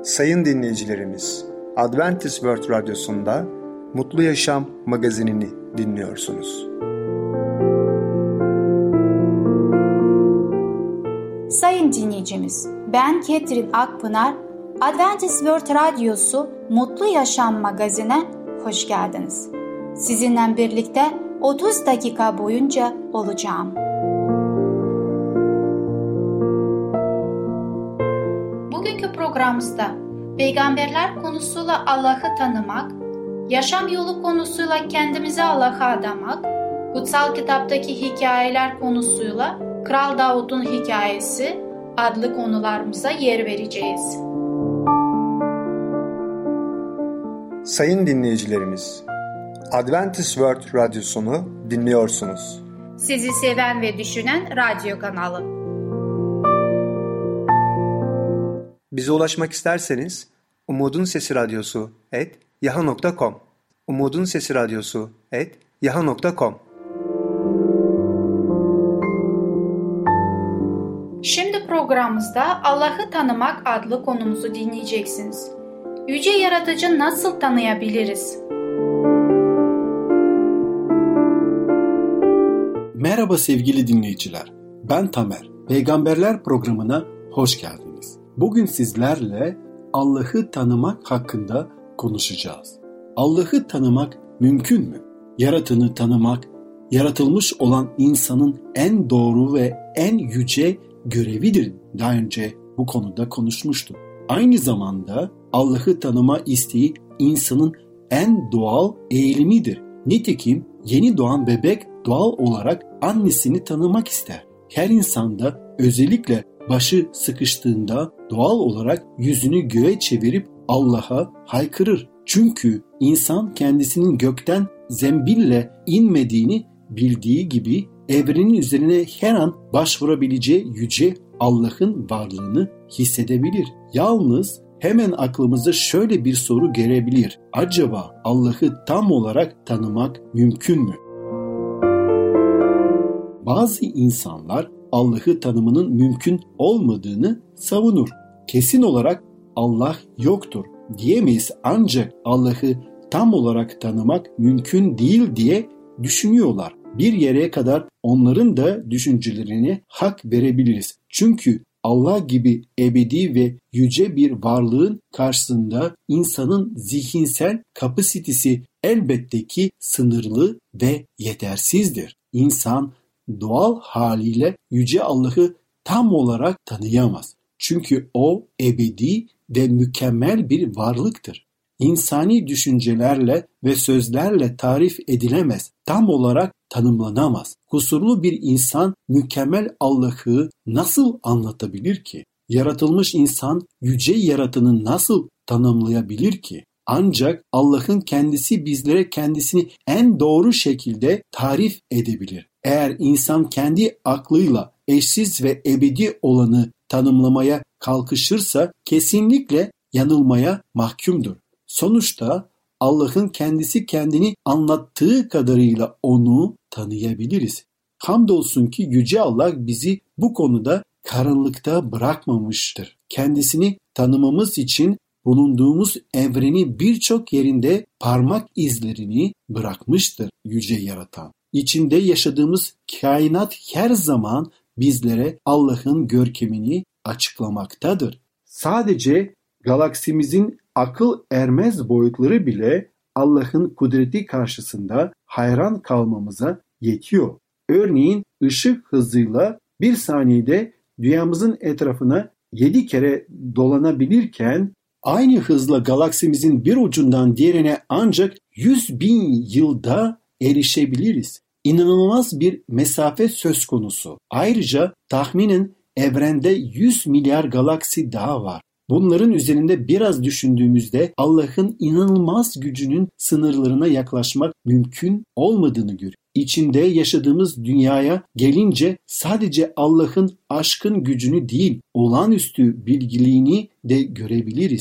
Sayın dinleyicilerimiz, Adventist World Radyosu'nda Mutlu Yaşam magazinini dinliyorsunuz. Sayın dinleyicimiz, ben Ketrin Akpınar, Adventist World Radyosu Mutlu Yaşam magazine hoş geldiniz. Sizinle birlikte 30 dakika boyunca olacağım. Bugünkü programımızda peygamberler konusuyla Allah'ı tanımak, yaşam yolu konusuyla kendimizi Allah'a adamak, kutsal kitaptaki hikayeler konusuyla Kral Davud'un hikayesi adlı konularımıza yer vereceğiz. Sayın dinleyicilerimiz, Adventist World Radyosunu dinliyorsunuz. Sizi seven ve düşünen radyo kanalı. Bize ulaşmak isterseniz umudunsesiradyosu@yahoo.com umudunsesiradyosu@yahoo.com. Şimdi programımızda Allah'ı tanımak adlı konumuzu dinleyeceksiniz. Yüce Yaratıcı nasıl tanıyabiliriz? Merhaba sevgili dinleyiciler, ben Tamer. Peygamberler programına hoş geldiniz. Bugün sizlerle Allah'ı tanımak hakkında konuşacağız. Allah'ı tanımak mümkün mü? Yaratanı tanımak, yaratılmış olan insanın en doğru ve en yüce görevidir. Daha önce bu konuda konuşmuştum. Aynı zamanda Allah'ı tanıma isteği insanın en doğal eğilimidir. Nitekim yeni doğan bebek doğal olarak annesini tanımak ister. Her insanda özellikle başı sıkıştığında doğal olarak yüzünü göğe çevirip Allah'a haykırır. Çünkü insan kendisinin gökten zembille inmediğini bildiği gibi evrenin üzerine her an başvurabileceği yüce Allah'ın varlığını hissedebilir. Yalnız hemen aklımıza şöyle bir soru gelebilir. Acaba Allah'ı tam olarak tanımak mümkün mü? Bazı insanlar Allah'ı tanımanın mümkün olmadığını savunur. Kesin olarak Allah yoktur diyemeyiz, ancak Allah'ı tam olarak tanımak mümkün değil diye düşünüyorlar. Bir yere kadar onların da düşüncelerine hak verebiliriz. Çünkü Allah gibi ebedi ve yüce bir varlığın karşısında insanın zihinsel kapasitesi elbette ki sınırlı ve yetersizdir. İnsan doğal haliyle yüce Allah'ı tam olarak tanıyamaz. Çünkü o ebedi ve mükemmel bir varlıktır. İnsani düşüncelerle ve sözlerle tarif edilemez, tam olarak tanımlanamaz. Kusurlu bir insan mükemmel Allah'ı nasıl anlatabilir ki? Yaratılmış insan yüce yaratanı nasıl tanımlayabilir ki? Ancak Allah'ın kendisi bizlere kendisini en doğru şekilde tarif edebilir. Eğer insan kendi aklıyla eşsiz ve ebedi olanı tanımlamaya kalkışırsa kesinlikle yanılmaya mahkumdur. Sonuçta Allah'ın kendisi kendini anlattığı kadarıyla onu tanıyabiliriz. Hamdolsun ki yüce Allah bizi bu konuda karanlıkta bırakmamıştır. Kendisini tanımamız için bulunduğumuz evreni birçok yerinde parmak izlerini bırakmıştır yüce yaratan. İçinde yaşadığımız kainat her zaman bizlere Allah'ın görkemini açıklamaktadır. Sadece galaksimizin akıl ermez boyutları bile Allah'ın kudreti karşısında hayran kalmamıza yetiyor. Örneğin ışık hızıyla bir saniyede dünyamızın etrafına 7 kere dolanabilirken aynı hızla galaksimizin bir ucundan diğerine ancak 100.000 yılda erişebiliriz. İnanılmaz bir mesafe söz konusu. Ayrıca tahminen evrende 100 milyar galaksi daha var. Bunların üzerinde biraz düşündüğümüzde Allah'ın inanılmaz gücünün sınırlarına yaklaşmak mümkün olmadığını görüyoruz. İçinde yaşadığımız dünyaya gelince sadece Allah'ın aşkın gücünü değil, olağanüstü bilgiliğini de görebiliriz.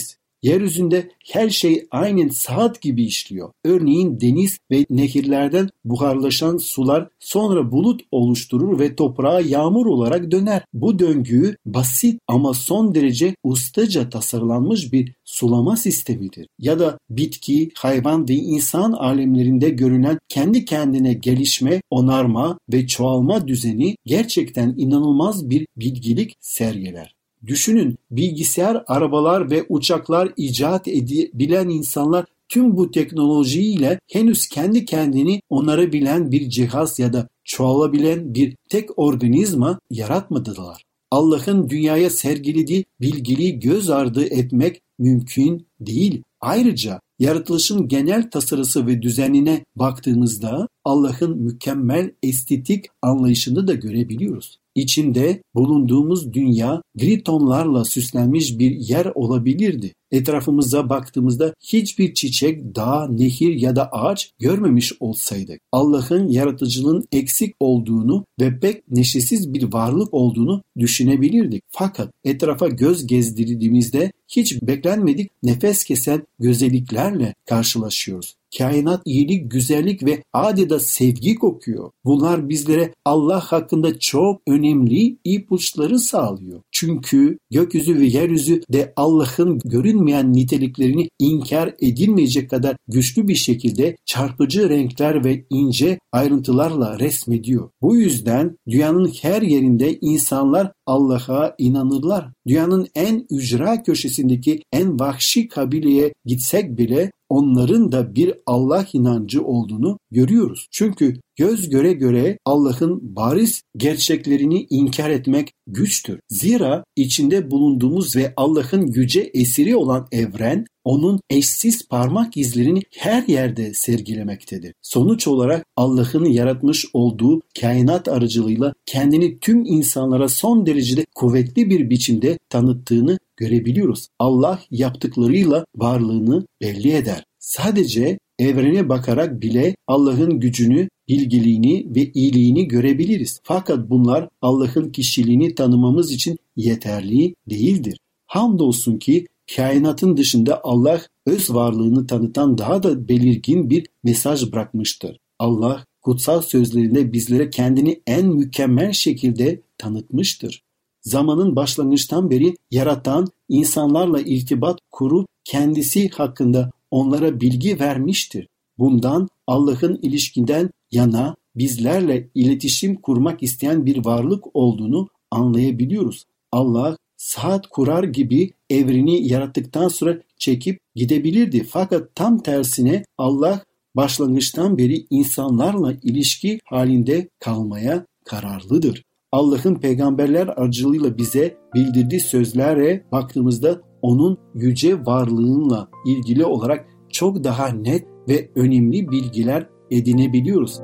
Yeryüzünde her şey aynen saat gibi işliyor. Örneğin deniz ve nehirlerden buharlaşan sular sonra bulut oluşturur ve toprağa yağmur olarak döner. Bu döngü basit ama son derece ustaca tasarlanmış bir sulama sistemidir. Ya da bitki, hayvan ve insan alemlerinde görülen kendi kendine gelişme, onarma ve çoğalma düzeni gerçekten inanılmaz bir bilgilik sergiler. Düşünün, bilgisayar, arabalar ve uçaklar icat edebilen insanlar tüm bu teknolojiyle henüz kendi kendini onarabilen bir cihaz ya da çoğalabilen bir tek organizma yaratmadılar. Allah'ın dünyaya sergilediği bilgiliği göz ardı etmek mümkün değil. Ayrıca yaratılışın genel tasarısı ve düzenine baktığımızda Allah'ın mükemmel estetik anlayışını da görebiliyoruz. İçinde bulunduğumuz dünya gri tonlarla süslenmiş bir yer olabilirdi. Etrafımıza baktığımızda hiçbir çiçek, dağ, nehir ya da ağaç görmemiş olsaydık, Allah'ın yaratıcılığın eksik olduğunu ve pek neşesiz bir varlık olduğunu düşünebilirdik. Fakat etrafa göz gezdirdiğimizde hiç beklenmedik nefes kesen güzelliklerle karşılaşıyoruz. Kainat iyilik, güzellik ve adeta sevgi kokuyor. Bunlar bizlere Allah hakkında çok önemli ipuçları sağlıyor. Çünkü gökyüzü ve yeryüzü de Allah'ın görünmeyen niteliklerini inkar edilmeyecek kadar güçlü bir şekilde çarpıcı renkler ve ince ayrıntılarla resmediyor. Bu yüzden dünyanın her yerinde insanlar Allah'a inanırlar. Dünyanın en ücra köşesindeki en vahşi kabileye gitsek bile onların da bir Allah inancı olduğunu görüyoruz. Çünkü göz göre göre Allah'ın bariz gerçeklerini inkar etmek güçtür. Zira içinde bulunduğumuz ve Allah'ın yüce esiri olan evren, onun eşsiz parmak izlerini her yerde sergilemektedir. Sonuç olarak Allah'ın yaratmış olduğu kainat aracılığıyla kendini tüm insanlara son derecede kuvvetli bir biçimde tanıttığını görebiliyoruz. Allah yaptıklarıyla varlığını belli eder. Sadece evrene bakarak bile Allah'ın gücünü, bilgiliğini ve iyiliğini görebiliriz. Fakat bunlar Allah'ın kişiliğini tanımamız için yeterli değildir. Hamdolsun ki kainatın dışında Allah öz varlığını tanıtan daha da belirgin bir mesaj bırakmıştır. Allah kutsal sözlerinde bizlere kendini en mükemmel şekilde tanıtmıştır. Zamanın başlangıçtan beri yaratan insanlarla irtibat kurup kendisi hakkında onlara bilgi vermiştir. Bundan Allah'ın ilişkinden yana bizlerle iletişim kurmak isteyen bir varlık olduğunu anlayabiliyoruz. Allah saat kurar gibi evreni yarattıktan sonra çekip gidebilirdi. Fakat tam tersine Allah başlangıçtan beri insanlarla ilişki halinde kalmaya kararlıdır. Allah'ın peygamberler aracılığıyla bize bildirdiği sözlere baktığımızda onun yüce varlığıyla ilgili olarak çok daha net ve önemli bilgiler edinebiliyoruz.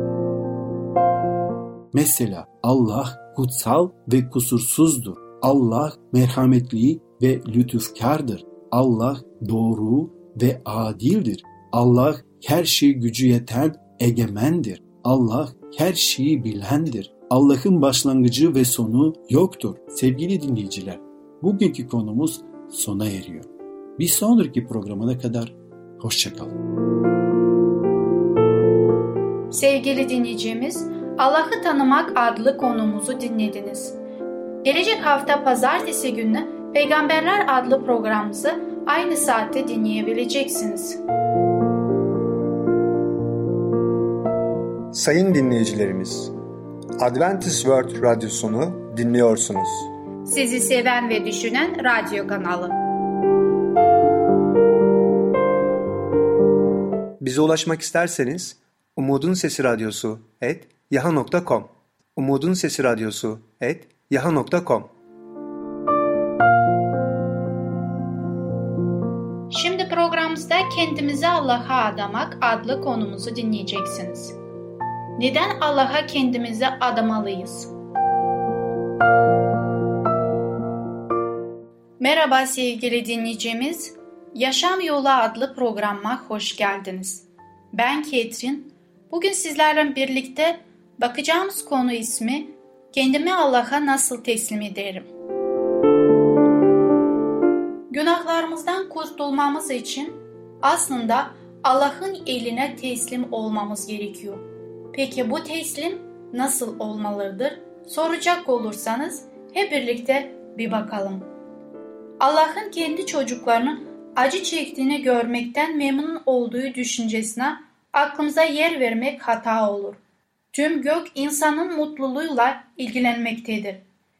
Mesela Allah kutsal ve kusursuzdur. Allah merhametli ve lütufkardır. Allah doğru ve adildir. Allah her şeyi gücü yeten egemendir. Allah her şeyi bilendir. Allah'ın başlangıcı ve sonu yoktur. Sevgili dinleyiciler, bugünkü konumuz sona eriyor. Bir sonraki programına kadar hoşça kalın. Sevgili dinleyicimiz, Allah'ı Tanımak adlı konumuzu dinlediniz. Gelecek hafta pazartesi günü Peygamberler adlı programımızı aynı saatte dinleyebileceksiniz. Sayın dinleyicilerimiz, Adventist World Radyosunu dinliyorsunuz. Sizi seven ve düşünen radyo kanalı. Bize ulaşmak isterseniz umudunsesiradyosu@yahoo.com umudunsesiradyosu@yahoo.com. Şimdi programımızda Kendimizi Allah'a Adamak adlı konumuzu dinleyeceksiniz. Neden Allah'a kendimizi adamalıyız? Merhaba sevgili dinleyicimiz, Yaşam Yolu adlı programa hoş geldiniz. Ben Ketrin. Bugün sizlerle birlikte bakacağımız konu ismi Kendimi Allah'a nasıl teslim ederim? Günahlarımızdan kurtulmamız için aslında Allah'ın eline teslim olmamız gerekiyor. Peki bu teslim nasıl olmalıdır? Soracak olursanız hep birlikte bir bakalım. Allah'ın kendi çocuklarının acı çektiğini görmekten memnun olduğu düşüncesine aklımıza yer vermek hata olur. Tüm gök insanın mutluluğuyla ilgilenmektedir.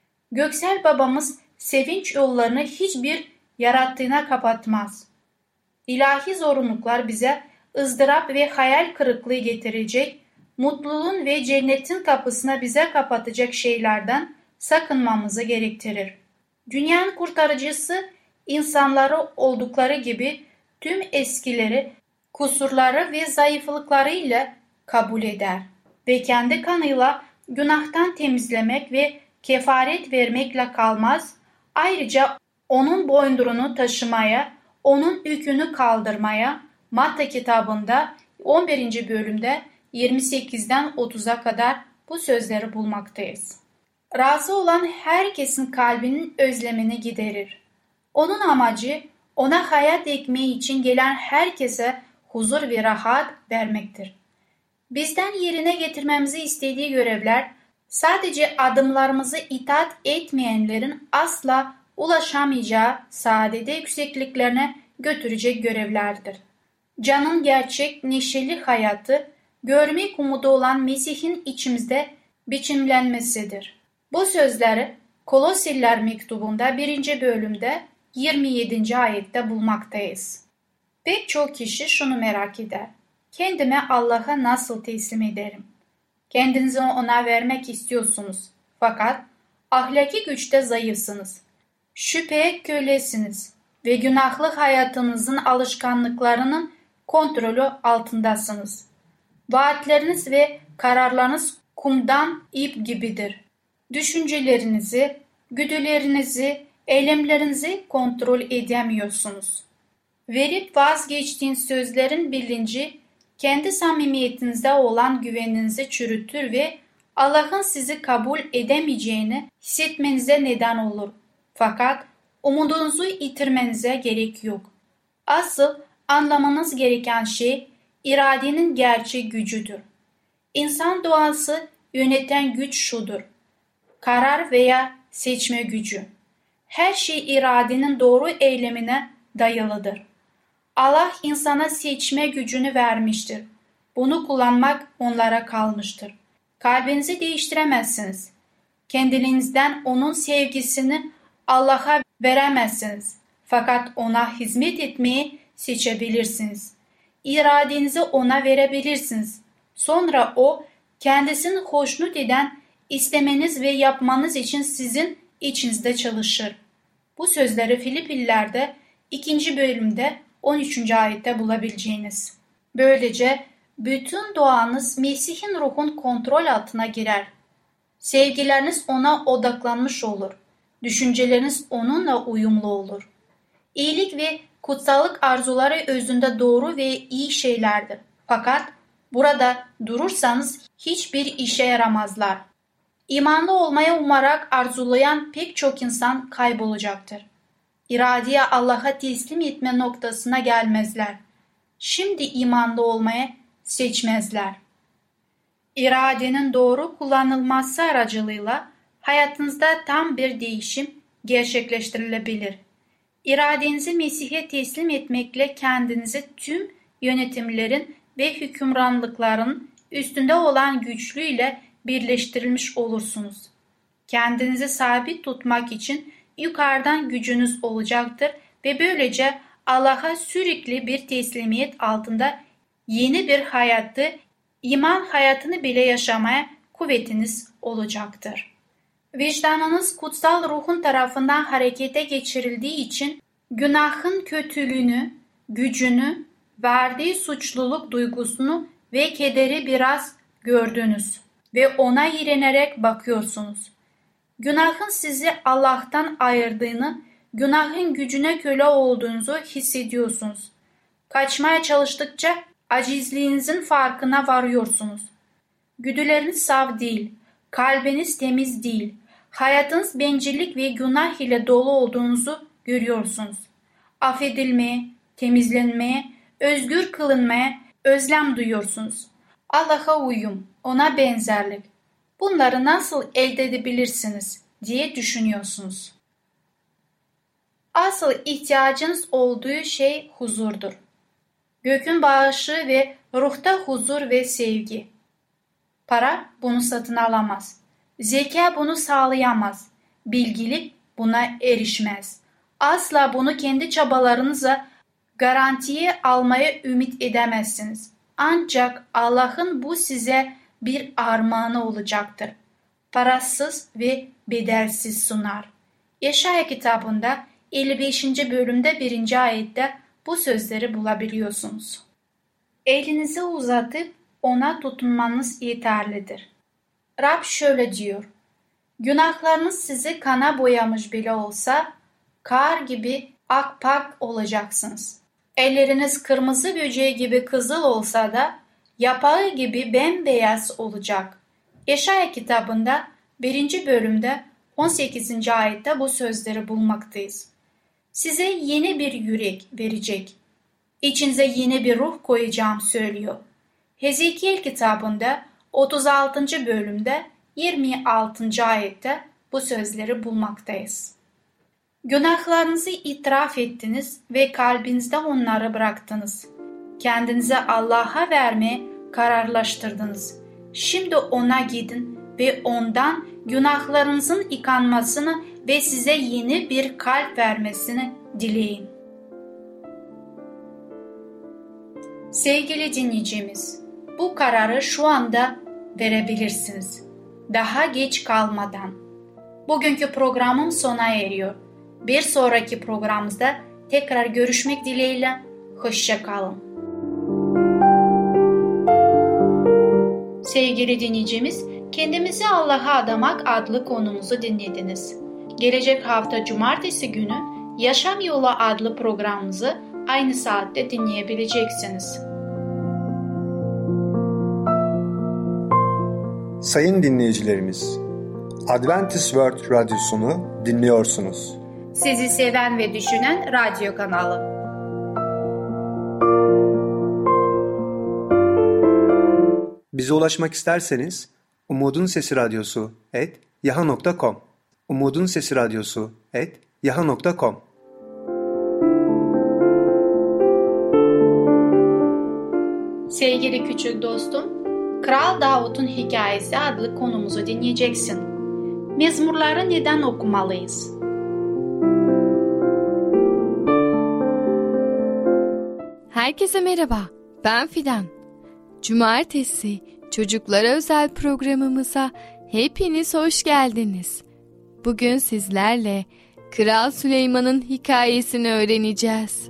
Göksel babamız sevinç yollarını hiçbir yarattığına kapatmaz. İlahi zorunluluklar bize ızdırap ve hayal kırıklığı getirecek, mutluluğun ve cennetin kapısına bize kapatacak şeylerden sakınmamızı gerektirir. Dünyanın kurtarıcısı insanları oldukları gibi tüm eskileri, kusurları ve zayıflıklarıyla kabul eder ve kendi kanıyla günahtan temizlemek ve kefaret vermekle kalmaz, ayrıca onun boyundurunu taşımaya, onun yükünü kaldırmaya, Matta kitabında 11. bölümde 28'den 30'a kadar bu sözleri bulmaktayız. Razı olan herkesin kalbinin özlemini giderir. Onun amacı ona hayat ekmeği için gelen herkese huzur ve rahat vermektir. Bizden yerine getirmemizi istediği görevler sadece adımlarımızı itaat etmeyenlerin asla ulaşamayacağı saadete yüksekliklerine götürecek görevlerdir. Canın gerçek, neşeli hayatı görmek umudu olan Mesih'in içimizde biçimlenmesidir. Bu sözleri Koloseliler mektubunda 1. bölümde 27. ayette bulmaktayız. Pek çok kişi şunu merak eder. Kendimi Allah'a nasıl teslim ederim? Kendinizi ona vermek istiyorsunuz. Fakat ahlaki güçte zayıfsınız. Şüpheye kölesiniz ve günahlı hayatınızın alışkanlıklarının kontrolü altındasınız. Vaatleriniz ve kararlarınız kumdan ip gibidir. Düşüncelerinizi, güdülerinizi, eylemlerinizi kontrol edemiyorsunuz. Verip vazgeçtiğiniz sözlerin bilinci, kendi samimiyetinizde olan güveninizi çürütür ve Allah'ın sizi kabul edemeyeceğini hissetmenize neden olur. Fakat umudunuzu yitirmenize gerek yok. Asıl anlamanız gereken şey iradenin gerçek gücüdür. İnsan doğası yöneten güç şudur: karar veya seçme gücü. Her şey iradenin doğru eylemine dayalıdır. Allah insana seçme gücünü vermiştir. Bunu kullanmak onlara kalmıştır. Kalbinizi değiştiremezsiniz. Kendinizden onun sevgisini Allah'a veremezsiniz. Fakat ona hizmet etmeyi seçebilirsiniz. İradenizi ona verebilirsiniz. Sonra o kendisini hoşnut eden istemeniz ve yapmanız için sizin içinizde çalışır. Bu sözleri Filiplilerde 2. bölümde 13. ayette bulabileceğiniz. Böylece bütün doğanız Mesih'in ruhun kontrol altına girer. Sevgileriniz ona odaklanmış olur. Düşünceleriniz onunla uyumlu olur. İyilik ve kutsallık arzuları özünde doğru ve iyi şeylerdir. Fakat burada durursanız hiçbir işe yaramazlar. İmanlı olmaya umarak arzulayan pek çok insan kaybolacaktır. İradeye Allah'a teslim etme noktasına gelmezler. Şimdi imanlı olmaya seçmezler. İradenin doğru kullanılması aracılığıyla hayatınızda tam bir değişim gerçekleştirilebilir. İradenizi Mesih'e teslim etmekle kendinizi tüm yönetimlerin ve hükümranlıkların üstünde olan güçlüyle birleştirilmiş olursunuz. Kendinizi sabit tutmak için yukarıdan gücünüz olacaktır ve böylece Allah'a sürekli bir teslimiyet altında yeni bir hayatı, iman hayatını bile yaşamaya kuvvetiniz olacaktır. Vicdanınız kutsal ruhun tarafından harekete geçirildiği için günahın kötülüğünü, gücünü, verdiği suçluluk duygusunu ve kederi biraz gördünüz ve ona iğrenerek bakıyorsunuz. Günahın sizi Allah'tan ayırdığını, günahın gücüne köle olduğunuzu hissediyorsunuz. Kaçmaya çalıştıkça acizliğinizin farkına varıyorsunuz. Güdüleriniz saf değil, kalbiniz temiz değil, hayatınız bencillik ve günah ile dolu olduğunuzu görüyorsunuz. affedilmeye, temizlenmeye, özgür kılınmaya özlem duyuyorsunuz. Allah'a uyum, ona benzerlik. Bunları nasıl elde edebilirsiniz diye düşünüyorsunuz. Asıl ihtiyacınız olduğu şey huzurdur. Gökün bağışı ve ruhta huzur ve sevgi. Para bunu satın alamaz. Zeka bunu sağlayamaz. Bilgilik buna erişmez. Asla bunu kendi çabalarınıza garantiye almaya ümit edemezsiniz. Ancak Allah'ın bu size bir armağanı olacaktır. Parasız ve bedelsiz sunar. Yeşaya kitabında 55. bölümde 1. ayette bu sözleri bulabiliyorsunuz. Elinizi uzatıp ona tutunmanız yeterlidir. Rab şöyle diyor: günahlarınız sizi kana boyamış bile olsa kar gibi akpak olacaksınız. Elleriniz kırmızı böceği gibi kızıl olsa da yapağı gibi bembeyaz olacak. Yeşaya kitabında 1. bölümde 18. ayette bu sözleri bulmaktayız. Size yeni bir yürek verecek. İçinize yeni bir ruh koyacağım söylüyor. Hezekiel kitabında 36. bölümde 26. ayette bu sözleri bulmaktayız. Günahlarınızı itiraf ettiniz ve kalbinizde onları bıraktınız. Kendinize Allah'a vermeye kararlaştırdınız. Şimdi ona gidin ve ondan günahlarınızın yıkanmasını ve size yeni bir kalp vermesini dileyin. Sevgili dinleyicimiz, bu kararı şu anda verebilirsiniz. Daha geç kalmadan. Bugünkü programım sona eriyor. Bir sonraki programımızda tekrar görüşmek dileğiyle. Hoşça kalın. Sevgili dinleyicimiz, Kendimizi Allah'a adamak adlı konumuzu dinlediniz. Gelecek hafta Cumartesi günü Yaşam Yolu adlı programımızı aynı saatte dinleyebileceksiniz. Sayın dinleyicilerimiz, Adventist World Radyosunu dinliyorsunuz. Sizi seven ve düşünen radyo kanalı. Bize ulaşmak isterseniz umudunsesiradyosu@yahoo.com umudunsesiradyosu@yahoo.com. Sevgili küçük dostum, Kral Davut'un Hikayesi adlı konumuzu dinleyeceksin. Mezmurları neden okumalıyız? Herkese merhaba, ben Fidan. Cumartesi çocuklara özel programımıza hepiniz hoş geldiniz. Bugün sizlerle Kral Süleyman'ın hikayesini öğreneceğiz.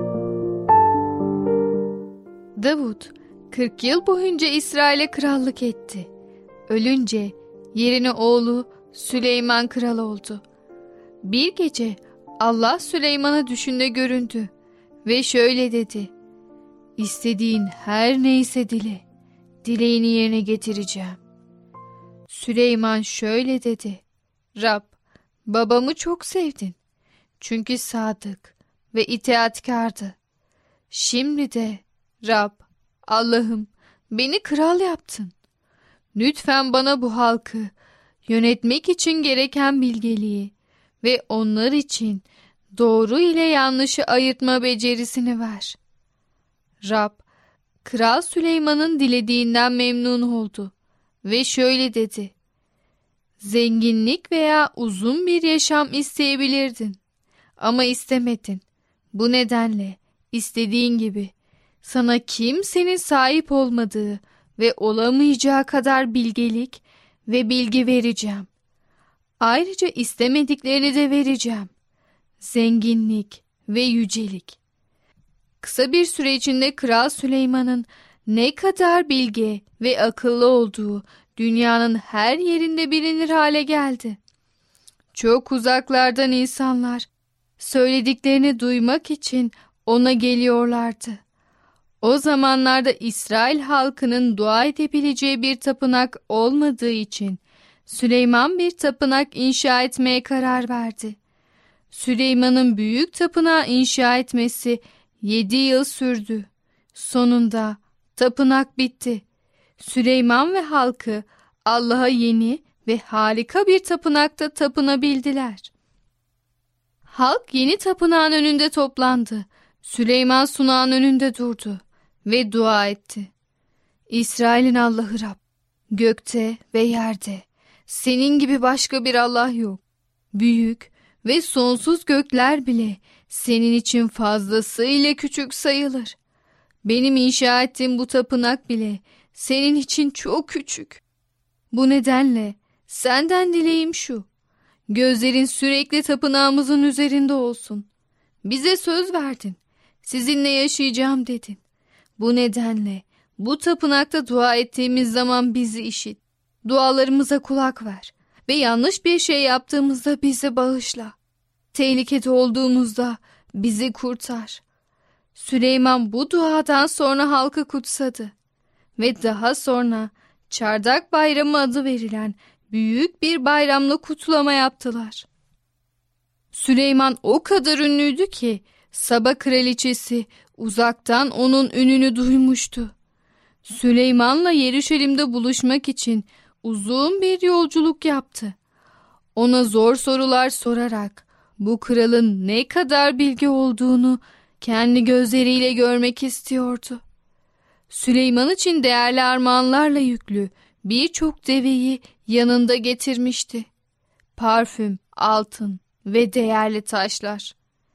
Davut 40 yıl boyunca İsrail'e krallık etti. Ölünce yerine oğlu Süleyman kral oldu. Bir gece Allah Süleyman'a düşünde göründü ve şöyle dedi: İstediğin her neyse dile, dileğini yerine getireceğim. Süleyman şöyle dedi: Rab, babamı çok sevdin. Çünkü sadık ve itaatkardı. Şimdi de Rab, Allah'ım, beni kral yaptın. Lütfen bana bu halkı yönetmek için gereken bilgeliği ve onlar için doğru ile yanlışı ayırtma becerisini ver. Rab, Kral Süleyman'ın dilediğinden memnun oldu ve şöyle dedi: Zenginlik veya uzun bir yaşam isteyebilirdin ama istemedin. Bu nedenle istediğin gibi sana kimsenin sahip olmadığı ve olamayacağı kadar bilgelik ve bilgi vereceğim. Ayrıca istemediklerini de vereceğim. Zenginlik ve yücelik. Kısa bir süre içinde Kral Süleyman'ın ne kadar bilge ve akıllı olduğu dünyanın her yerinde bilinir hale geldi. Çok uzaklardan insanlar söylediklerini duymak için ona geliyorlardı. O zamanlarda İsrail halkının dua edebileceği bir tapınak olmadığı için Süleyman bir tapınak inşa etmeye karar verdi. Süleyman'ın büyük tapınağı inşa etmesi 7 yıl sürdü. Sonunda tapınak bitti. Süleyman ve halkı Allah'a yeni ve harika bir tapınakta tapınabildiler. Halk yeni tapınağın önünde toplandı. Süleyman sunağın önünde durdu ve dua etti. İsrail'in Allah'ı Rab, gökte ve yerde senin gibi başka bir Allah yok. Büyük ve sonsuz gökler bile senin için fazlasıyla küçük sayılır. Benim inşa ettiğim bu tapınak bile senin için çok küçük. Bu nedenle senden dileğim şu: gözlerin sürekli tapınağımızın üzerinde olsun. Bize söz verdin, sizinle yaşayacağım dedin. Bu nedenle bu tapınakta dua ettiğimiz zaman bizi işit. Dualarımıza kulak ver ve yanlış bir şey yaptığımızda bizi bağışla. Tehlikede olduğumuzda bizi kurtar. Süleyman bu duadan sonra halkı kutsadı ve daha sonra Çardak Bayramı adı verilen büyük bir bayramla kutlama yaptılar. Süleyman o kadar ünlüydü ki Saba kraliçesi uzaktan onun ününü duymuştu. Süleyman'la Yeruşalim'de buluşmak için uzun bir yolculuk yaptı. Ona zor sorular sorarak bu kralın ne kadar bilge olduğunu kendi gözleriyle görmek istiyordu. Süleyman için değerli armağanlarla yüklü birçok deveyi yanında getirmişti. Parfüm, altın ve değerli taşlar.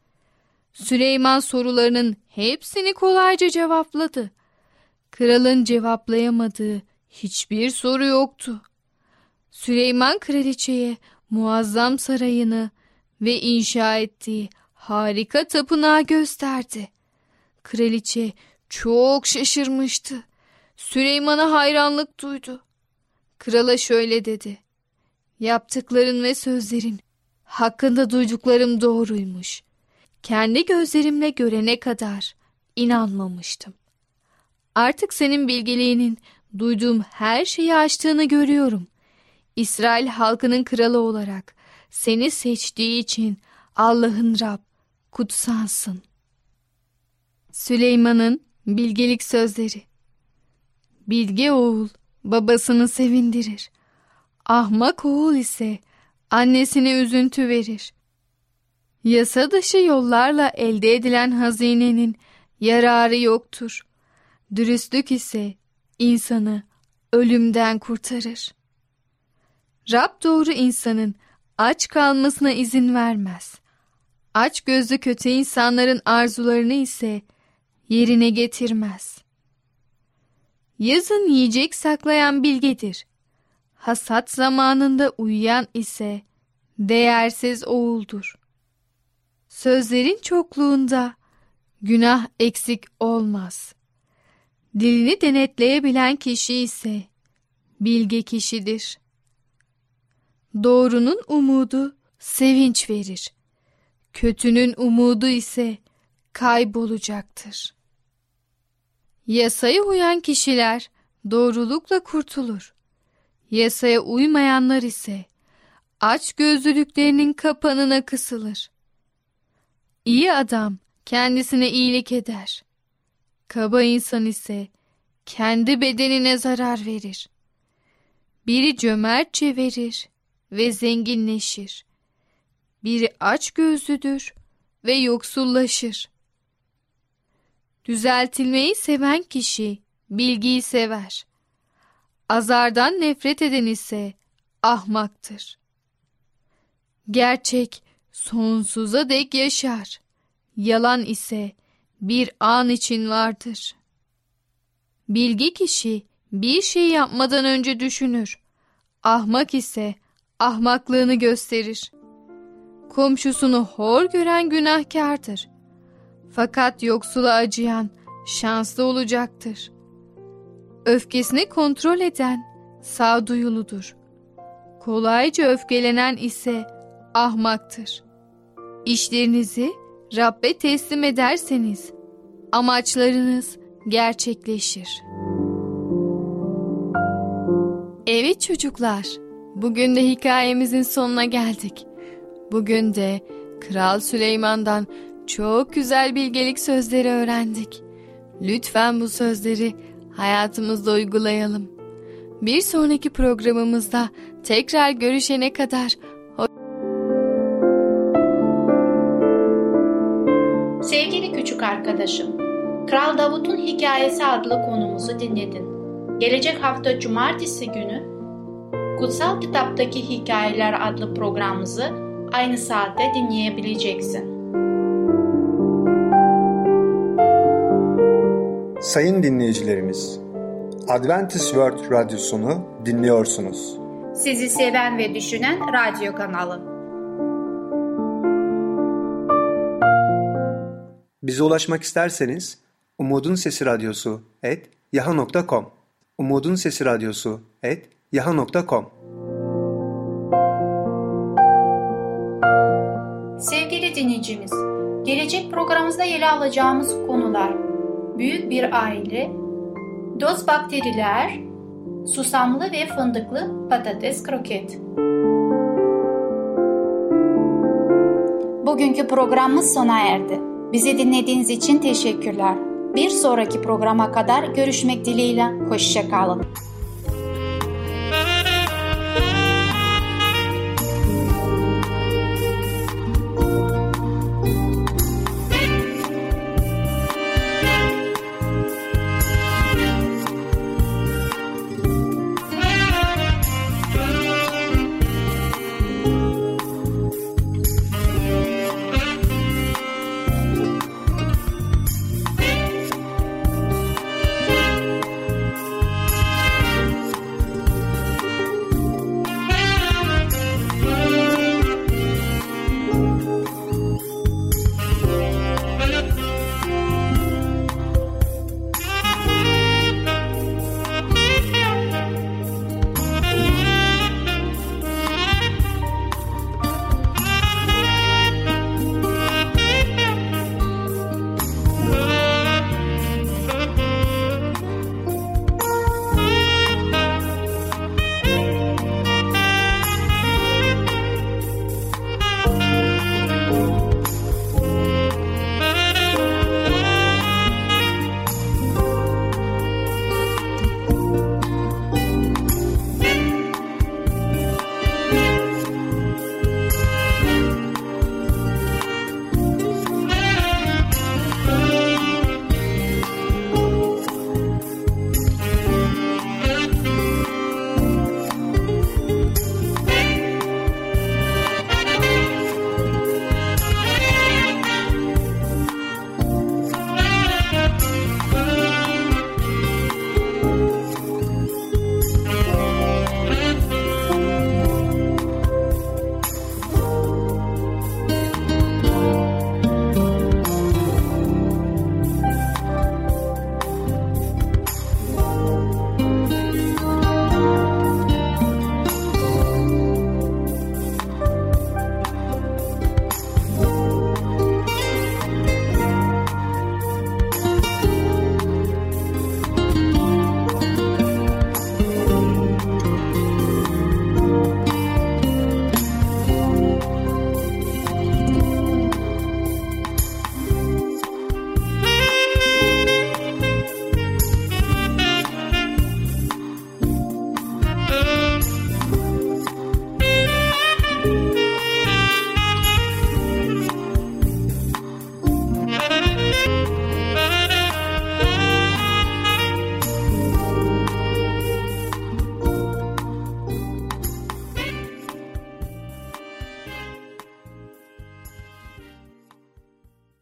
Süleyman sorularının hepsini kolayca cevapladı. Kralın cevaplayamadığı hiçbir soru yoktu. Süleyman kraliçeye muazzam sarayını ve inşa ettiği harika tapınağı gösterdi. Kraliçe çok şaşırmıştı. Süleyman'a hayranlık duydu. Krala şöyle dedi: yaptıkların ve sözlerin hakkında duyduklarım doğruymuş. Kendi gözlerimle görene kadar inanmamıştım. Artık senin bilgeliğinin duyduğum her şeyi aştığını görüyorum. İsrail halkının kralı olarak seni seçtiği için Allah'ın Rab kutsansın. Süleyman'ın bilgelik sözleri. Bilge oğul babasını sevindirir. Ahmak oğul ise annesine üzüntü verir. Yasa dışı yollarla elde edilen hazinenin yararı yoktur. Dürüstlük ise insanı ölümden kurtarır. Rab doğru insanın aç kalmasına izin vermez. Aç gözlü kötü insanların arzularını ise yerine getirmez. Yazın yiyecek saklayan bilgedir. Hasat zamanında uyuyan ise değersiz oğuldur. Sözlerin çokluğunda günah eksik olmaz. Dilini denetleyebilen kişi ise bilge kişidir. Doğrunun umudu sevinç verir. Kötünün umudu ise kaybolacaktır. Yasaya uyan kişiler doğrulukla kurtulur. Yasaya uymayanlar ise açgözlülüklerinin kapanına kısılır. İyi adam kendisine iyilik eder. Kaba insan ise kendi bedenine zarar verir. Biri cömertçe verir ve zenginleşir. Biri açgözlüdür ve yoksullaşır. Düzeltilmeyi seven kişi bilgiyi sever. Azardan nefret eden ise ahmaktır. Gerçek sonsuza dek yaşar. Yalan ise bir an için vardır. Bilgi kişi bir şey yapmadan önce düşünür. Ahmak ise ahmaklığını gösterir. Komşusunu hor gören günahkardır. Fakat yoksula acıyan şanslı olacaktır. Öfkesini kontrol eden sağduyuludur. Kolayca öfkelenen ise ahmaktır. İşlerinizi Rabbe teslim ederseniz amaçlarınız gerçekleşir. Evet çocuklar, bugün de hikayemizin sonuna geldik. Bugün de Kral Süleyman'dan çok güzel bilgelik sözleri öğrendik. Lütfen bu sözleri hayatımızda uygulayalım. Bir sonraki programımızda tekrar görüşene kadar Sevgili küçük arkadaşım, Kral Davut'un Hikayesi adlı konumuzu dinledin. Gelecek hafta Cumartesi günü Kutsal Kitaptaki Hikayeler adlı programımızı aynı saatte dinleyebileceksin. Sayın dinleyicilerimiz, Adventist World Radyosunu dinliyorsunuz. Sizi seven ve düşünen radyo kanalı. Bize ulaşmak isterseniz umudunsesiradyosu@yahoo.com umudunsesiradyosu@yahoo.com. Sevgili dinleyicimiz, gelecek programımızda ele alacağımız konular: büyük bir aile, doz bakteriler, susamlı ve fındıklı patates kroket. Bugünkü programımız sona erdi. Bizi dinlediğiniz için teşekkürler. Bir sonraki programa kadar görüşmek dileğiyle. Hoşça kalın.